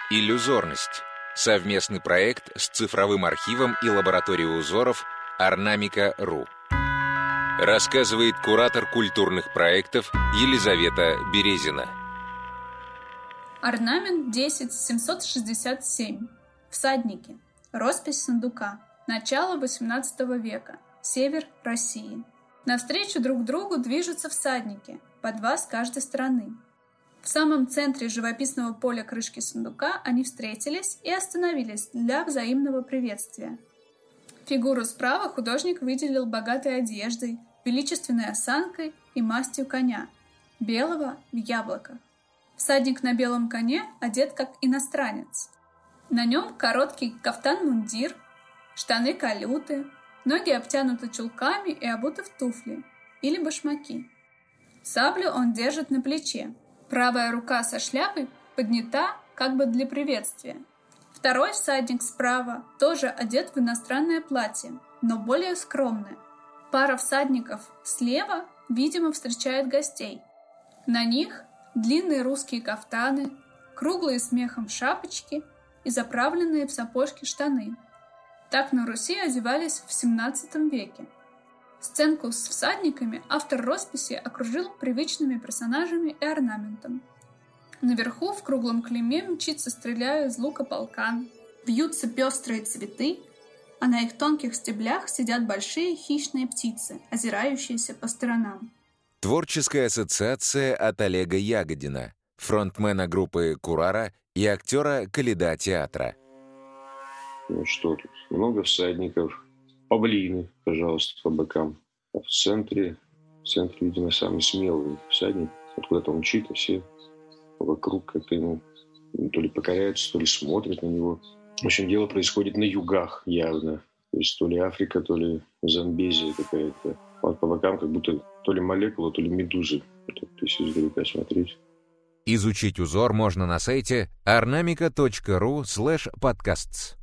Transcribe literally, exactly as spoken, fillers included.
Иллюзорность. Совместный проект с цифровым архивом и лабораторией узоров Орнамика точка ру. Рассказывает куратор культурных проектов Елизавета Березина. Орнамент десять семьсот шестьдесят семь. Всадники. Роспись сундука. Начало восемнадцатого века. Север России. Навстречу друг другу движутся всадники, по два с каждой стороны. В самом центре живописного поля крышки сундука они встретились и остановились для взаимного приветствия. Фигуру справа художник выделил богатой одеждой, величественной осанкой и мастью коня, белого в яблоках. Всадник на белом коне одет как иностранец. На нем короткий кафтан-мундир, штаны-калюты, ноги обтянуты чулками и обуты в туфли или башмаки. Саблю он держит на плече. Правая рука со шляпой поднята как бы для приветствия. Второй всадник справа тоже одет в иностранное платье, но более скромное. Пара всадников слева, видимо, встречает гостей. На них длинные русские кафтаны, круглые с мехом шапочки и заправленные в сапожки штаны. Так на Руси одевались в семнадцатом веке. Сценку с всадниками автор росписи окружил привычными персонажами и орнаментом. Наверху в круглом клейме мчится, стреляя из лука, полкан. Вьются пестрые цветы, а на их тонких стеблях сидят большие хищные птицы, озирающиеся по сторонам. Творческая ассоциация от Олега Ягодина, фронтмена группы «Курара» и актера Коляда театра. Ну что тут? Много всадников. Павлины, пожалуйста, по бокам. А в центре, в центре, видимо, самый смелый всадник. Вот куда-то он мчит, а все вокруг как-то ему то ли покоряются, то ли смотрят на него. В общем, дело происходит на югах явно. То есть то ли Африка, то ли Замбезия какая-то. Вот по бокам как будто то ли молекула, то ли медузы. То есть издалека смотреть. Изучить узор можно на сайте орнамика точка ру слэш подкастс.